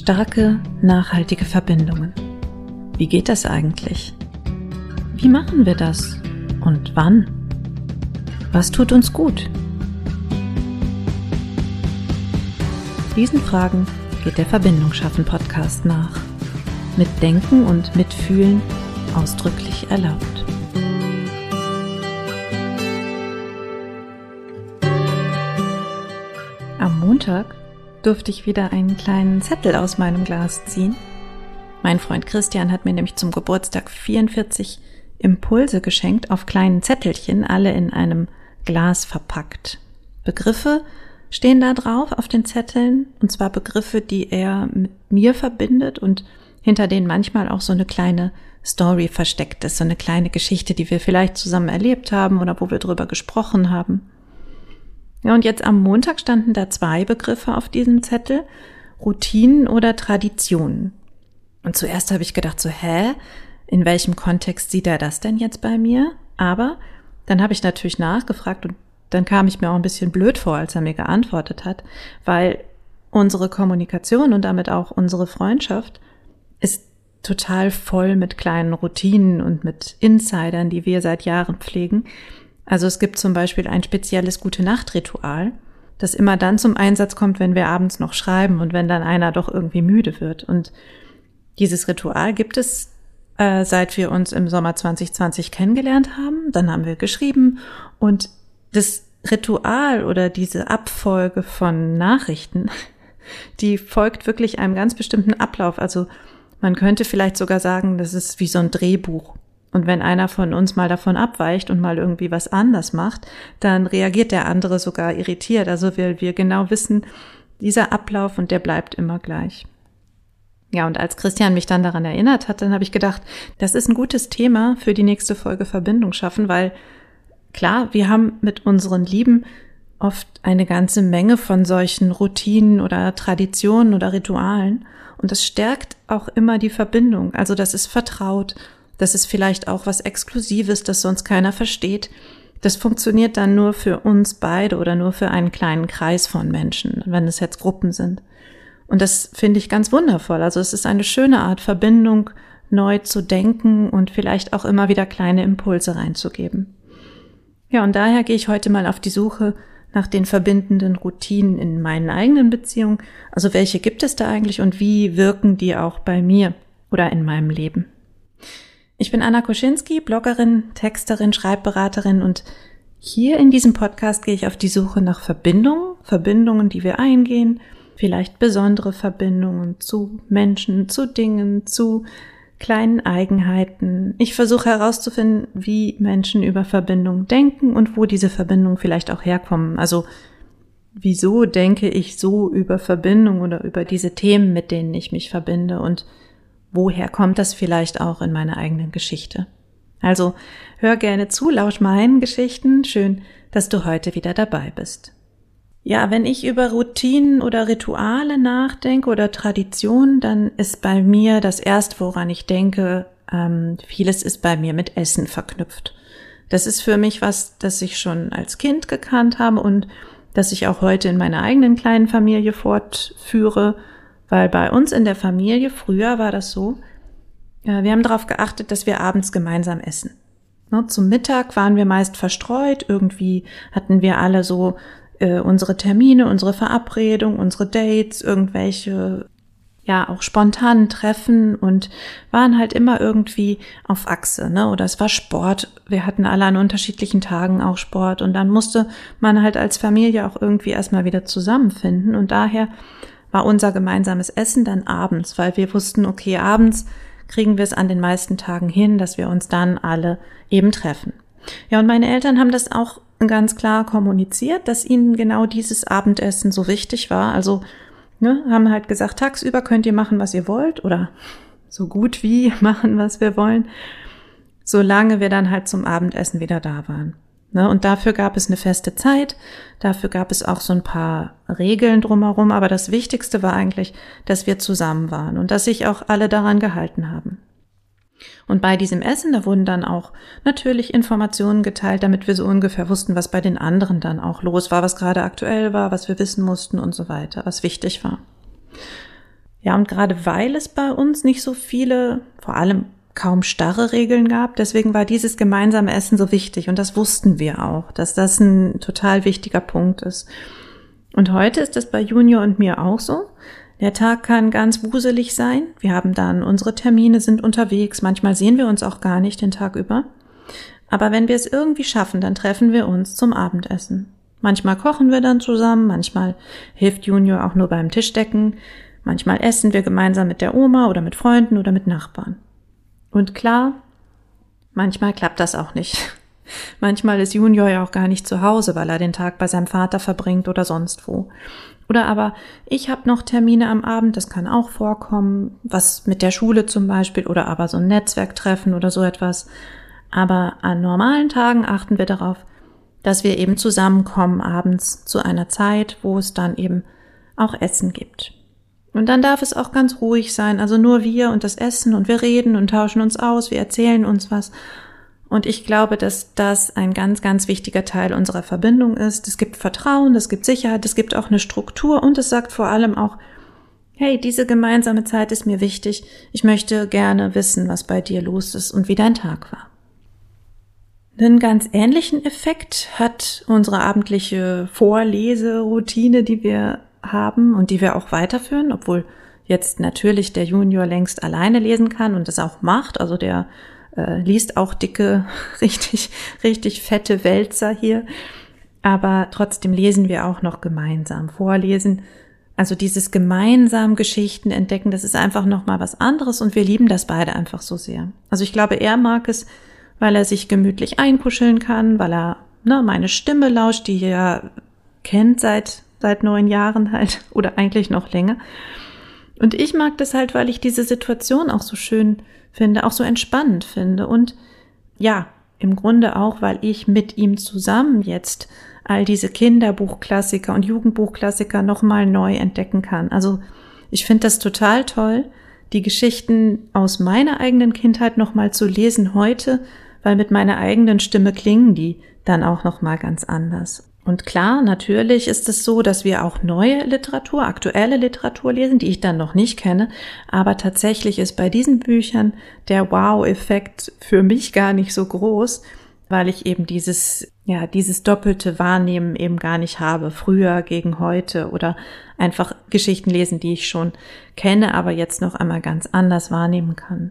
Starke, nachhaltige Verbindungen. Wie geht das eigentlich? Wie machen wir das? Und wann? Was tut uns gut? Diesen Fragen geht der Verbindung schaffen Podcast nach. Mit Denken und Mitfühlen ausdrücklich erlaubt. Am Montag durfte ich wieder einen kleinen Zettel aus meinem Glas ziehen. Mein Freund Christian hat mir nämlich zum Geburtstag 44 Impulse geschenkt auf kleinen Zettelchen, alle in einem Glas verpackt. Begriffe stehen da drauf auf den Zetteln, und zwar Begriffe, die er mit mir verbindet und hinter denen manchmal auch so eine kleine Story versteckt ist, so eine kleine Geschichte, die wir vielleicht zusammen erlebt haben oder wo wir drüber gesprochen haben. Ja, und jetzt am Montag standen da 2 Begriffe auf diesem Zettel, Routinen oder Traditionen. Und zuerst habe ich gedacht so, in welchem Kontext sieht er das denn jetzt bei mir? Aber dann habe ich natürlich nachgefragt und dann kam ich mir auch ein bisschen blöd vor, als er mir geantwortet hat, weil unsere Kommunikation und damit auch unsere Freundschaft ist total voll mit kleinen Routinen und mit Insidern, die wir seit Jahren pflegen. Also es gibt zum Beispiel ein spezielles Gute-Nacht-Ritual, das immer dann zum Einsatz kommt, wenn wir abends noch schreiben und wenn dann einer doch irgendwie müde wird. Und dieses Ritual gibt es, seit wir uns im Sommer 2020 kennengelernt haben. Dann haben wir geschrieben und das Ritual oder diese Abfolge von Nachrichten, die folgt wirklich einem ganz bestimmten Ablauf. Also man könnte vielleicht sogar sagen, das ist wie so ein Drehbuch. Und wenn einer von uns mal davon abweicht und mal irgendwie was anders macht, dann reagiert der andere sogar irritiert. Also weil wir genau wissen, dieser Ablauf und der bleibt immer gleich. Ja, und als Christian mich dann daran erinnert hat, dann habe ich gedacht, das ist ein gutes Thema für die nächste Folge Verbindung schaffen, weil klar, wir haben mit unseren Lieben oft eine ganze Menge von solchen Routinen oder Traditionen oder Ritualen und das stärkt auch immer die Verbindung. Also das ist vertraut. Das ist vielleicht auch was Exklusives, das sonst keiner versteht. Das funktioniert dann nur für uns beide oder nur für einen kleinen Kreis von Menschen, wenn es jetzt Gruppen sind. Und das finde ich ganz wundervoll. Also es ist eine schöne Art, Verbindung neu zu denken und vielleicht auch immer wieder kleine Impulse reinzugeben. Ja, und daher gehe ich heute mal auf die Suche nach den verbindenden Routinen in meinen eigenen Beziehungen. Also welche gibt es da eigentlich und wie wirken die auch bei mir oder in meinem Leben? Ich bin Anna Koschinski, Bloggerin, Texterin, Schreibberaterin und hier in diesem Podcast gehe ich auf die Suche nach Verbindungen, die wir eingehen, vielleicht besondere Verbindungen zu Menschen, zu Dingen, zu kleinen Eigenheiten. Ich versuche herauszufinden, wie Menschen über Verbindung denken und wo diese Verbindungen vielleicht auch herkommen. Also wieso denke ich so über Verbindung oder über diese Themen, mit denen ich mich verbinde und woher kommt das vielleicht auch in meiner eigenen Geschichte? Also hör gerne zu, lausch meinen Geschichten. Schön, dass du heute wieder dabei bist. Ja, wenn ich über Routinen oder Rituale nachdenke oder Traditionen, dann ist bei mir das Erste, woran ich denke, vieles ist bei mir mit Essen verknüpft. Das ist für mich was, das ich schon als Kind gekannt habe und das ich auch heute in meiner eigenen kleinen Familie fortführe. Weil bei uns in der Familie, früher war das so, wir haben darauf geachtet, dass wir abends gemeinsam essen. Zum Mittag waren wir meist verstreut, irgendwie hatten wir alle so unsere Termine, unsere Verabredung, unsere Dates, irgendwelche, ja auch spontanen Treffen und waren halt immer irgendwie auf Achse, oder es war Sport. Wir hatten alle an unterschiedlichen Tagen auch Sport und dann musste man halt als Familie auch irgendwie erstmal wieder zusammenfinden und daher war unser gemeinsames Essen dann abends, weil wir wussten, okay, abends kriegen wir es an den meisten Tagen hin, dass wir uns dann alle eben treffen. Ja, und meine Eltern haben das auch ganz klar kommuniziert, dass ihnen genau dieses Abendessen so wichtig war. Also haben halt gesagt, tagsüber könnt ihr machen, was ihr wollt oder so gut wie machen, was wir wollen, solange wir dann halt zum Abendessen wieder da waren. Und dafür gab es eine feste Zeit, dafür gab es auch so ein paar Regeln drumherum, aber das Wichtigste war eigentlich, dass wir zusammen waren und dass sich auch alle daran gehalten haben. Und bei diesem Essen, da wurden dann auch natürlich Informationen geteilt, damit wir so ungefähr wussten, was bei den anderen dann auch los war, was gerade aktuell war, was wir wissen mussten und so weiter, was wichtig war. Ja, und gerade weil es bei uns nicht so viele, vor allem kaum starre Regeln gab, deswegen war dieses gemeinsame Essen so wichtig und das wussten wir auch, dass das ein total wichtiger Punkt ist. Und heute ist das bei Junior und mir auch so. Der Tag kann ganz wuselig sein. Wir haben dann unsere Termine, sind unterwegs. Manchmal sehen wir uns auch gar nicht den Tag über. Aber wenn wir es irgendwie schaffen, dann treffen wir uns zum Abendessen. Manchmal kochen wir dann zusammen, manchmal hilft Junior auch nur beim Tischdecken. Manchmal essen wir gemeinsam mit der Oma oder mit Freunden oder mit Nachbarn. Und klar, manchmal klappt das auch nicht. Manchmal ist Junior ja auch gar nicht zu Hause, weil er den Tag bei seinem Vater verbringt oder sonst wo. Oder aber ich habe noch Termine am Abend, das kann auch vorkommen, was mit der Schule zum Beispiel oder aber so ein Netzwerktreffen oder so etwas. Aber an normalen Tagen achten wir darauf, dass wir eben zusammenkommen abends zu einer Zeit, wo es dann eben auch Essen gibt. Und dann darf es auch ganz ruhig sein, also nur wir und das Essen und wir reden und tauschen uns aus, wir erzählen uns was. Und ich glaube, dass das ein ganz, ganz wichtiger Teil unserer Verbindung ist. Es gibt Vertrauen, es gibt Sicherheit, es gibt auch eine Struktur und es sagt vor allem auch, hey, diese gemeinsame Zeit ist mir wichtig. Ich möchte gerne wissen, was bei dir los ist und wie dein Tag war. Einen ganz ähnlichen Effekt hat unsere abendliche Vorleseroutine, die wir haben und die wir auch weiterführen, obwohl jetzt natürlich der Junior längst alleine lesen kann und das auch macht. Also der liest auch dicke, richtig fette Wälzer hier. Aber trotzdem lesen wir auch noch gemeinsam. Vorlesen, also dieses gemeinsam Geschichten entdecken, das ist einfach nochmal was anderes und wir lieben das beide einfach so sehr. Also ich glaube, er mag es, weil er sich gemütlich einkuscheln kann, weil er meine Stimme lauscht, die er kennt seit 9 Jahren halt oder eigentlich noch länger. Und ich mag das halt, weil ich diese Situation auch so schön finde, auch so entspannend finde und ja, im Grunde auch, weil ich mit ihm zusammen jetzt all diese Kinderbuchklassiker und Jugendbuchklassiker nochmal neu entdecken kann. Also ich finde das total toll, die Geschichten aus meiner eigenen Kindheit nochmal zu lesen heute, weil mit meiner eigenen Stimme klingen die dann auch nochmal ganz anders. Und klar, natürlich ist es so, dass wir auch neue Literatur, aktuelle Literatur lesen, die ich dann noch nicht kenne. Aber tatsächlich ist bei diesen Büchern der Wow-Effekt für mich gar nicht so groß, weil ich eben dieses doppelte Wahrnehmen eben gar nicht habe. Früher gegen heute oder einfach Geschichten lesen, die ich schon kenne, aber jetzt noch einmal ganz anders wahrnehmen kann.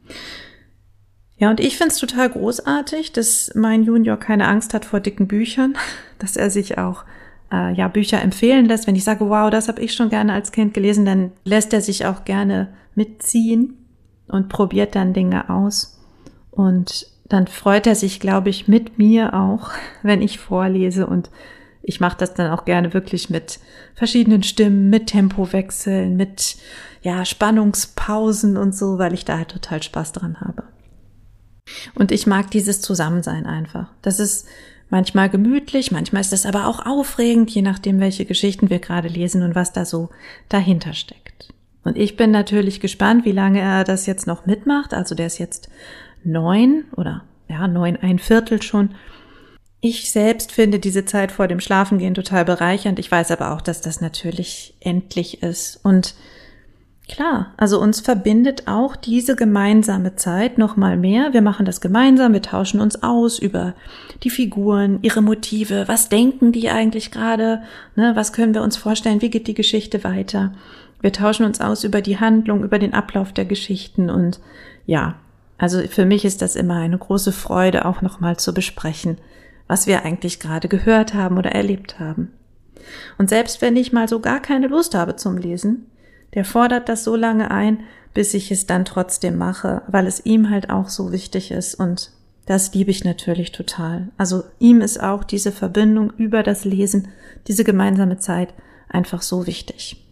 Ja, und ich finde es total großartig, dass mein Junior keine Angst hat vor dicken Büchern, dass er sich auch Bücher empfehlen lässt. Wenn ich sage, wow, das habe ich schon gerne als Kind gelesen, dann lässt er sich auch gerne mitziehen und probiert dann Dinge aus. Und dann freut er sich, glaube ich, mit mir auch, wenn ich vorlese. Und ich mache das dann auch gerne wirklich mit verschiedenen Stimmen, mit Tempowechseln, mit Spannungspausen und so, weil ich da halt total Spaß dran habe. Und ich mag dieses Zusammensein einfach. Das ist manchmal gemütlich, manchmal ist das aber auch aufregend, je nachdem, welche Geschichten wir gerade lesen und was da so dahinter steckt. Und ich bin natürlich gespannt, wie lange er das jetzt noch mitmacht. Also der ist jetzt 9 oder 9, ein Viertel schon. Ich selbst finde diese Zeit vor dem Schlafengehen total bereichernd. Ich weiß aber auch, dass das natürlich endlich ist. Und klar, also uns verbindet auch diese gemeinsame Zeit noch mal mehr. Wir machen das gemeinsam, wir tauschen uns aus über die Figuren, ihre Motive. Was denken die eigentlich gerade? Was können wir uns vorstellen? Wie geht die Geschichte weiter? Wir tauschen uns aus über die Handlung, über den Ablauf der Geschichten. Und ja, also für mich ist das immer eine große Freude, auch noch mal zu besprechen, was wir eigentlich gerade gehört haben oder erlebt haben. Und selbst wenn ich mal so gar keine Lust habe zum Lesen, der fordert das so lange ein, bis ich es dann trotzdem mache, weil es ihm halt auch so wichtig ist und das liebe ich natürlich total. Also ihm ist auch diese Verbindung über das Lesen, diese gemeinsame Zeit einfach so wichtig.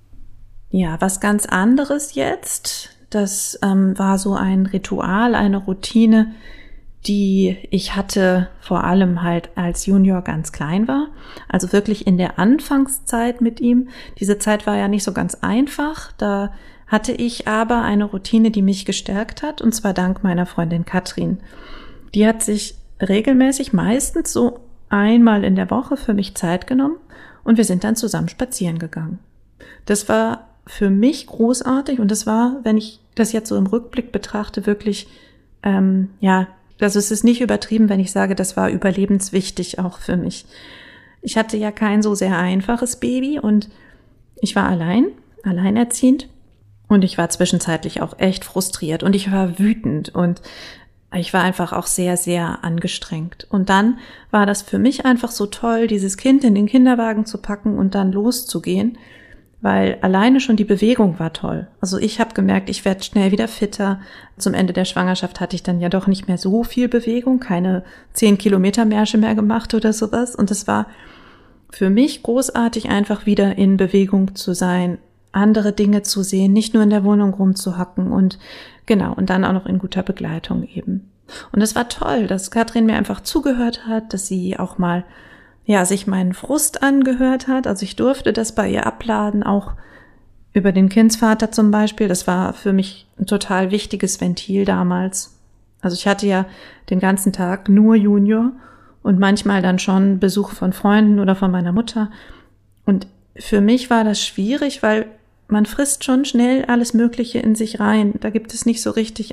Ja, was ganz anderes jetzt, das war so ein Ritual, eine Routine, die ich hatte vor allem halt als Junior ganz klein war, also wirklich in der Anfangszeit mit ihm. Diese Zeit war ja nicht so ganz einfach, da hatte ich aber eine Routine, die mich gestärkt hat, und zwar dank meiner Freundin Katrin. Die hat sich regelmäßig, meistens so einmal in der Woche für mich Zeit genommen und wir sind dann zusammen spazieren gegangen. Das war für mich großartig und das war, wenn ich das jetzt so im Rückblick betrachte, wirklich, also es ist nicht übertrieben, wenn ich sage, das war überlebenswichtig auch für mich. Ich hatte ja kein so sehr einfaches Baby und ich war alleinerziehend und ich war zwischenzeitlich auch echt frustriert und ich war wütend und ich war einfach auch sehr, sehr angestrengt. Und dann war das für mich einfach so toll, dieses Kind in den Kinderwagen zu packen und dann loszugehen, weil alleine schon die Bewegung war toll. Also ich habe gemerkt, ich werde schnell wieder fitter. Zum Ende der Schwangerschaft hatte ich dann ja doch nicht mehr so viel Bewegung, keine 10-Kilometer-Märsche mehr gemacht oder sowas. Und es war für mich großartig, einfach wieder in Bewegung zu sein, andere Dinge zu sehen, nicht nur in der Wohnung rumzuhacken und dann auch noch in guter Begleitung eben. Und es war toll, dass Katrin mir einfach zugehört hat, dass sie auch mal sich meinen Frust angehört hat. Also ich durfte das bei ihr abladen, auch über den Kindsvater zum Beispiel. Das war für mich ein total wichtiges Ventil damals. Also ich hatte ja den ganzen Tag nur Junior und manchmal dann schon Besuch von Freunden oder von meiner Mutter. Und für mich war das schwierig, weil man frisst schon schnell alles Mögliche in sich rein. Da gibt es nicht so richtig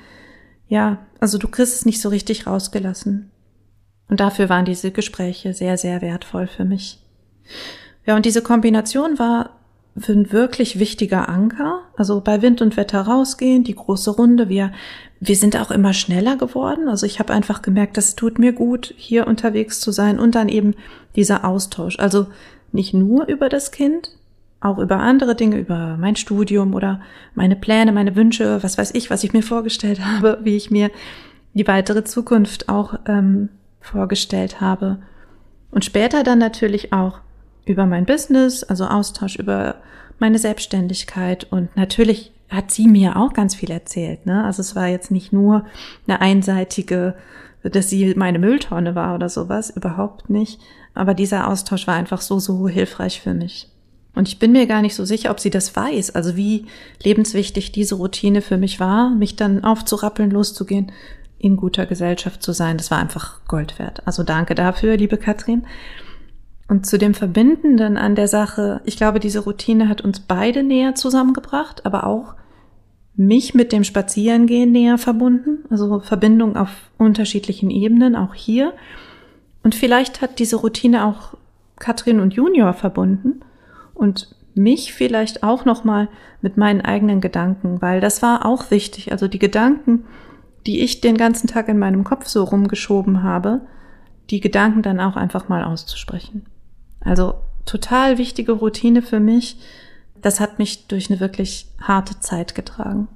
also du kriegst es nicht so richtig rausgelassen. Und dafür waren diese Gespräche sehr, sehr wertvoll für mich. Ja, und diese Kombination war ein wirklich wichtiger Anker. Also bei Wind und Wetter rausgehen, die große Runde. Wir sind auch immer schneller geworden. Also ich habe einfach gemerkt, das tut mir gut, hier unterwegs zu sein. Und dann eben dieser Austausch. Also nicht nur über das Kind, auch über andere Dinge, über mein Studium oder meine Pläne, meine Wünsche, was weiß ich, was ich mir vorgestellt habe, wie ich mir die weitere Zukunft auch vorgestellt habe. Und später dann natürlich auch über mein Business, also Austausch über meine Selbstständigkeit. Und natürlich hat sie mir auch ganz viel erzählt, ne? Also es war jetzt nicht nur eine einseitige, dass sie meine Mülltonne war oder sowas, überhaupt nicht. Aber dieser Austausch war einfach so, so hilfreich für mich. Und ich bin mir gar nicht so sicher, ob sie das weiß, also wie lebenswichtig diese Routine für mich war, mich dann aufzurappeln, loszugehen, in guter Gesellschaft zu sein. Das war einfach Gold wert. Also danke dafür, liebe Katrin. Und zu dem Verbindenden an der Sache, ich glaube, diese Routine hat uns beide näher zusammengebracht, aber auch mich mit dem Spazierengehen näher verbunden. Also Verbindung auf unterschiedlichen Ebenen, auch hier. Und vielleicht hat diese Routine auch Katrin und Junior verbunden und mich vielleicht auch nochmal mit meinen eigenen Gedanken, weil das war auch wichtig. Also die Gedanken, die ich den ganzen Tag in meinem Kopf so rumgeschoben habe, die Gedanken dann auch einfach mal auszusprechen. Also total wichtige Routine für mich. Das hat mich durch eine wirklich harte Zeit getragen.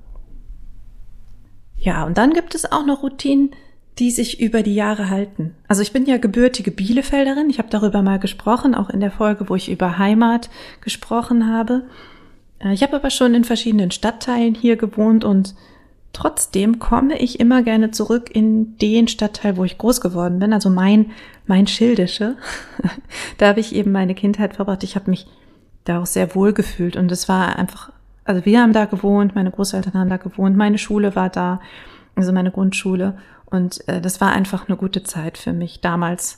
Ja, und dann gibt es auch noch Routinen, die sich über die Jahre halten. Also ich bin ja gebürtige Bielefelderin. Ich habe darüber mal gesprochen, auch in der Folge, wo ich über Heimat gesprochen habe. Ich habe aber schon in verschiedenen Stadtteilen hier gewohnt und trotzdem komme ich immer gerne zurück in den Stadtteil, wo ich groß geworden bin, also mein Schildische. Da habe ich eben meine Kindheit verbracht. Ich habe mich da auch sehr wohl gefühlt und es war einfach, also wir haben da gewohnt, meine Großeltern haben da gewohnt, meine Schule war da, also meine Grundschule und das war einfach eine gute Zeit für mich damals.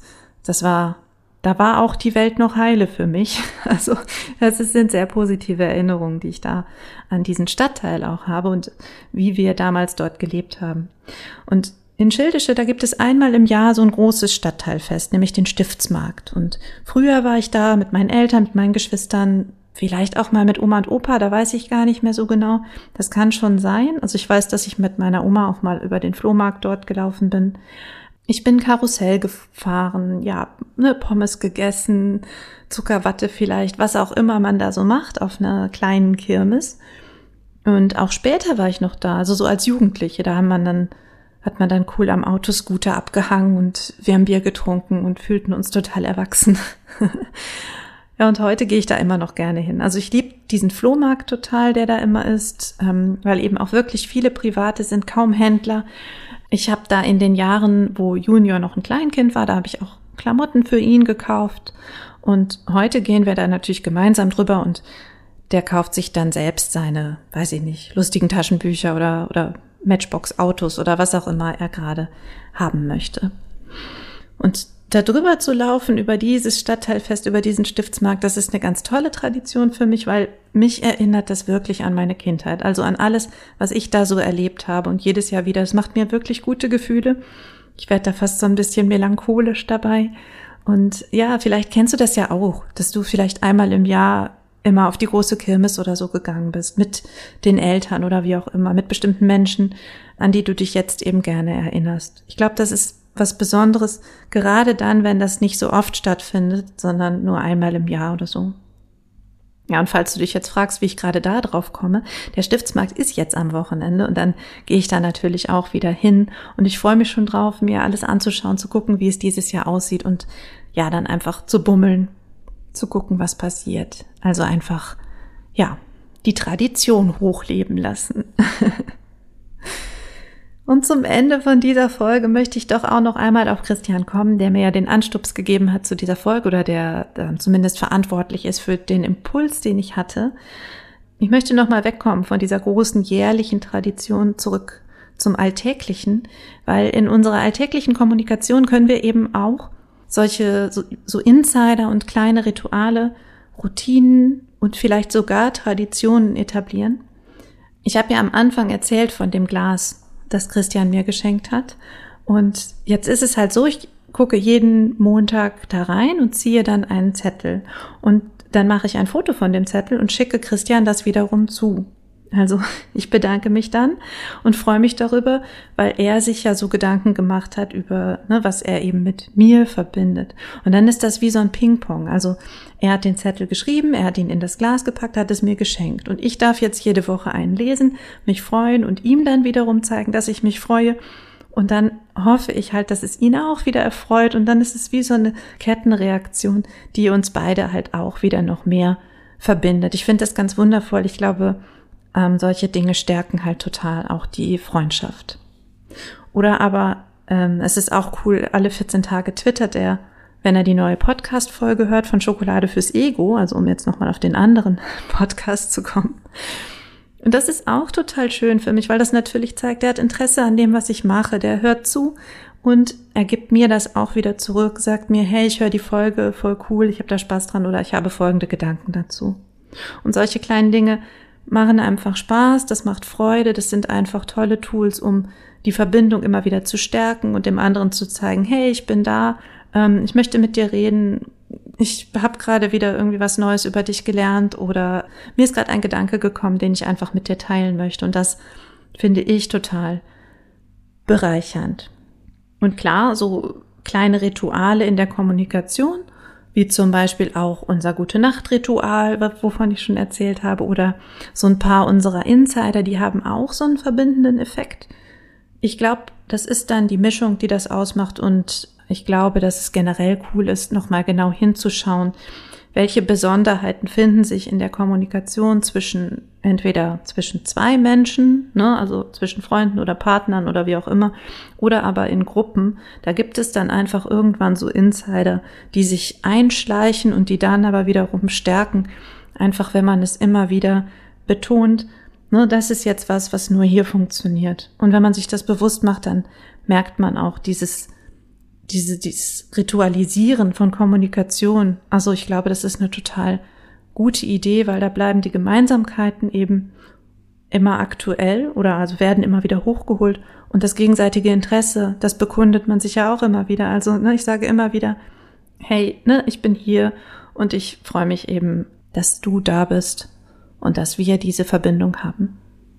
Da war auch die Welt noch heile für mich. Also das sind sehr positive Erinnerungen, die ich da an diesen Stadtteil auch habe und wie wir damals dort gelebt haben. Und in Schildische, da gibt es einmal im Jahr so ein großes Stadtteilfest, nämlich den Stiftsmarkt. Und früher war ich da mit meinen Eltern, mit meinen Geschwistern, vielleicht auch mal mit Oma und Opa, da weiß ich gar nicht mehr so genau. Das kann schon sein. Also ich weiß, dass ich mit meiner Oma auch mal über den Flohmarkt dort gelaufen bin. Ich bin Karussell gefahren, Pommes gegessen, Zuckerwatte vielleicht, was auch immer man da so macht auf einer kleinen Kirmes. Und auch später war ich noch da, also so als Jugendliche, da hat man dann cool am Autoscooter abgehangen und wir haben Bier getrunken und fühlten uns total erwachsen. Ja, und heute gehe ich da immer noch gerne hin. Also ich liebe diesen Flohmarkt total, der da immer ist, weil eben auch wirklich viele Private sind, kaum Händler. Ich habe da in den Jahren, wo Junior noch ein Kleinkind war, da habe ich auch Klamotten für ihn gekauft. Und heute gehen wir da natürlich gemeinsam drüber und der kauft sich dann selbst seine, weiß ich nicht, lustigen Taschenbücher oder Matchbox-Autos oder was auch immer er gerade haben möchte. Und da drüber zu laufen, über dieses Stadtteilfest, über diesen Stiftsmarkt, das ist eine ganz tolle Tradition für mich, weil mich erinnert das wirklich an meine Kindheit, also an alles, was ich da so erlebt habe und jedes Jahr wieder. Das macht mir wirklich gute Gefühle. Ich werde da fast so ein bisschen melancholisch dabei. Und ja, vielleicht kennst du das ja auch, dass du vielleicht einmal im Jahr immer auf die große Kirmes oder so gegangen bist, mit den Eltern oder wie auch immer, mit bestimmten Menschen, an die du dich jetzt eben gerne erinnerst. Ich glaube, das ist was Besonderes, gerade dann, wenn das nicht so oft stattfindet, sondern nur einmal im Jahr oder so. Ja, und falls du dich jetzt fragst, wie ich gerade da drauf komme, der Stiftsmarkt ist jetzt am Wochenende und dann gehe ich da natürlich auch wieder hin und ich freue mich schon drauf, mir alles anzuschauen, zu gucken, wie es dieses Jahr aussieht und ja, dann einfach zu bummeln, zu gucken, was passiert. Also einfach, ja, die Tradition hochleben lassen. Und zum Ende von dieser Folge möchte ich doch auch noch einmal auf Christian kommen, der mir ja den Anstups gegeben hat zu dieser Folge oder der zumindest verantwortlich ist für den Impuls, den ich hatte. Ich möchte noch mal wegkommen von dieser großen jährlichen Tradition zurück zum Alltäglichen, weil in unserer alltäglichen Kommunikation können wir eben auch solche so Insider und kleine Rituale, Routinen und vielleicht sogar Traditionen etablieren. Ich habe ja am Anfang erzählt von dem Glas, das Christian mir geschenkt hat. Und jetzt ist es halt so, ich gucke jeden Montag da rein und ziehe dann einen Zettel. Und dann mache ich ein Foto von dem Zettel und schicke Christian das wiederum zu. Also ich bedanke mich dann und freue mich darüber, weil er sich ja so Gedanken gemacht hat über, was er eben mit mir verbindet. Und dann ist das wie so ein Ping-Pong. Also er hat den Zettel geschrieben, er hat ihn in das Glas gepackt, hat es mir geschenkt. Und ich darf jetzt jede Woche einen lesen, mich freuen und ihm dann wiederum zeigen, dass ich mich freue. Und dann hoffe ich halt, dass es ihn auch wieder erfreut. Und dann ist es wie so eine Kettenreaktion, die uns beide halt auch wieder noch mehr verbindet. Ich finde das ganz wundervoll. Ich glaube, solche Dinge stärken halt total auch die Freundschaft. Oder aber es ist auch cool, alle 14 Tage twittert er, wenn er die neue Podcast-Folge hört von Schokolade fürs Ego, also um jetzt nochmal auf den anderen Podcast zu kommen. Und das ist auch total schön für mich, weil das natürlich zeigt, er hat Interesse an dem, was ich mache, der hört zu und er gibt mir das auch wieder zurück, sagt mir, hey, ich höre die Folge, voll cool, ich habe da Spaß dran oder ich habe folgende Gedanken dazu. Und solche kleinen Dinge machen einfach Spaß, das macht Freude, das sind einfach tolle Tools, um die Verbindung immer wieder zu stärken und dem anderen zu zeigen, hey, ich bin da, ich möchte mit dir reden, ich habe gerade wieder irgendwie was Neues über dich gelernt oder mir ist gerade ein Gedanke gekommen, den ich einfach mit dir teilen möchte und das finde ich total bereichernd. Und klar, so kleine Rituale in der Kommunikation, wie zum Beispiel auch unser Gute-Nacht-Ritual, wovon ich schon erzählt habe, oder so ein paar unserer Insider, die haben auch so einen verbindenden Effekt. Ich glaube, das ist dann die Mischung, die das ausmacht und ich glaube, dass es generell cool ist, nochmal genau hinzuschauen, welche Besonderheiten finden sich in der Kommunikation entweder zwischen zwei Menschen, also zwischen Freunden oder Partnern oder wie auch immer, oder aber in Gruppen. Da gibt es dann einfach irgendwann so Insider, die sich einschleichen und die dann aber wiederum stärken, einfach wenn man es immer wieder betont, das ist jetzt was nur hier funktioniert. Und wenn man sich das bewusst macht, dann merkt man auch dieses Ritualisieren von Kommunikation. Also ich glaube, das ist eine total gute Idee, weil da bleiben die Gemeinsamkeiten eben immer aktuell oder also werden immer wieder hochgeholt und das gegenseitige Interesse, das bekundet man sich ja auch immer wieder. Also ich sage immer wieder, hey, ich bin hier und ich freue mich eben, dass du da bist und dass wir diese Verbindung haben.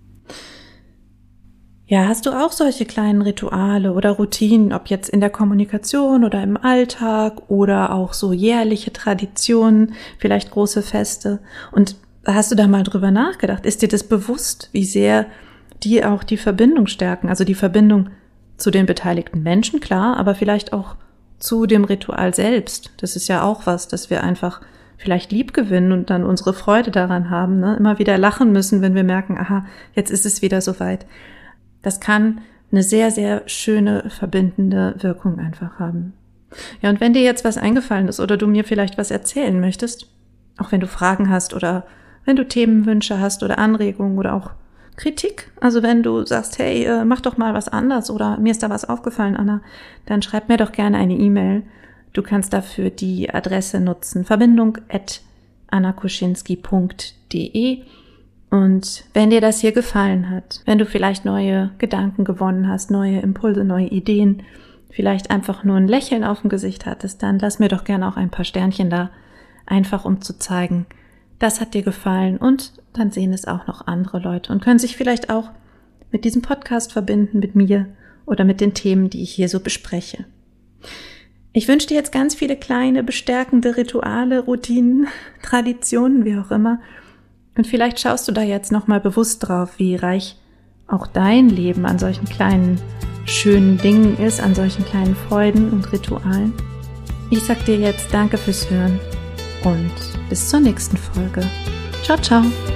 Ja, hast du auch solche kleinen Rituale oder Routinen, ob jetzt in der Kommunikation oder im Alltag oder auch so jährliche Traditionen, vielleicht große Feste? Und hast du da mal drüber nachgedacht? Ist dir das bewusst, wie sehr die auch die Verbindung stärken? Also die Verbindung zu den beteiligten Menschen, klar, aber vielleicht auch zu dem Ritual selbst. Das ist ja auch was, dass wir einfach vielleicht lieb gewinnen und dann unsere Freude daran haben, immer wieder lachen müssen, wenn wir merken, aha, jetzt ist es wieder soweit. Das kann eine sehr, sehr schöne, verbindende Wirkung einfach haben. Ja, und wenn dir jetzt was eingefallen ist oder du mir vielleicht was erzählen möchtest, auch wenn du Fragen hast oder wenn du Themenwünsche hast oder Anregungen oder auch Kritik, also wenn du sagst, hey, mach doch mal was anders oder mir ist da was aufgefallen, Anna, dann schreib mir doch gerne eine E-Mail. Du kannst dafür die Adresse nutzen, verbindung@annakuschinski.de. Und wenn dir das hier gefallen hat, wenn du vielleicht neue Gedanken gewonnen hast, neue Impulse, neue Ideen, vielleicht einfach nur ein Lächeln auf dem Gesicht hattest, dann lass mir doch gerne auch ein paar Sternchen da, einfach um zu zeigen, das hat dir gefallen, und dann sehen es auch noch andere Leute und können sich vielleicht auch mit diesem Podcast verbinden, mit mir oder mit den Themen, die ich hier so bespreche. Ich wünsche dir jetzt ganz viele kleine, bestärkende Rituale, Routinen, Traditionen, wie auch immer. Und vielleicht schaust du da jetzt nochmal bewusst drauf, wie reich auch dein Leben an solchen kleinen, schönen Dingen ist, an solchen kleinen Freuden und Ritualen. Ich sag dir jetzt Danke fürs Hören und bis zur nächsten Folge. Ciao, ciao.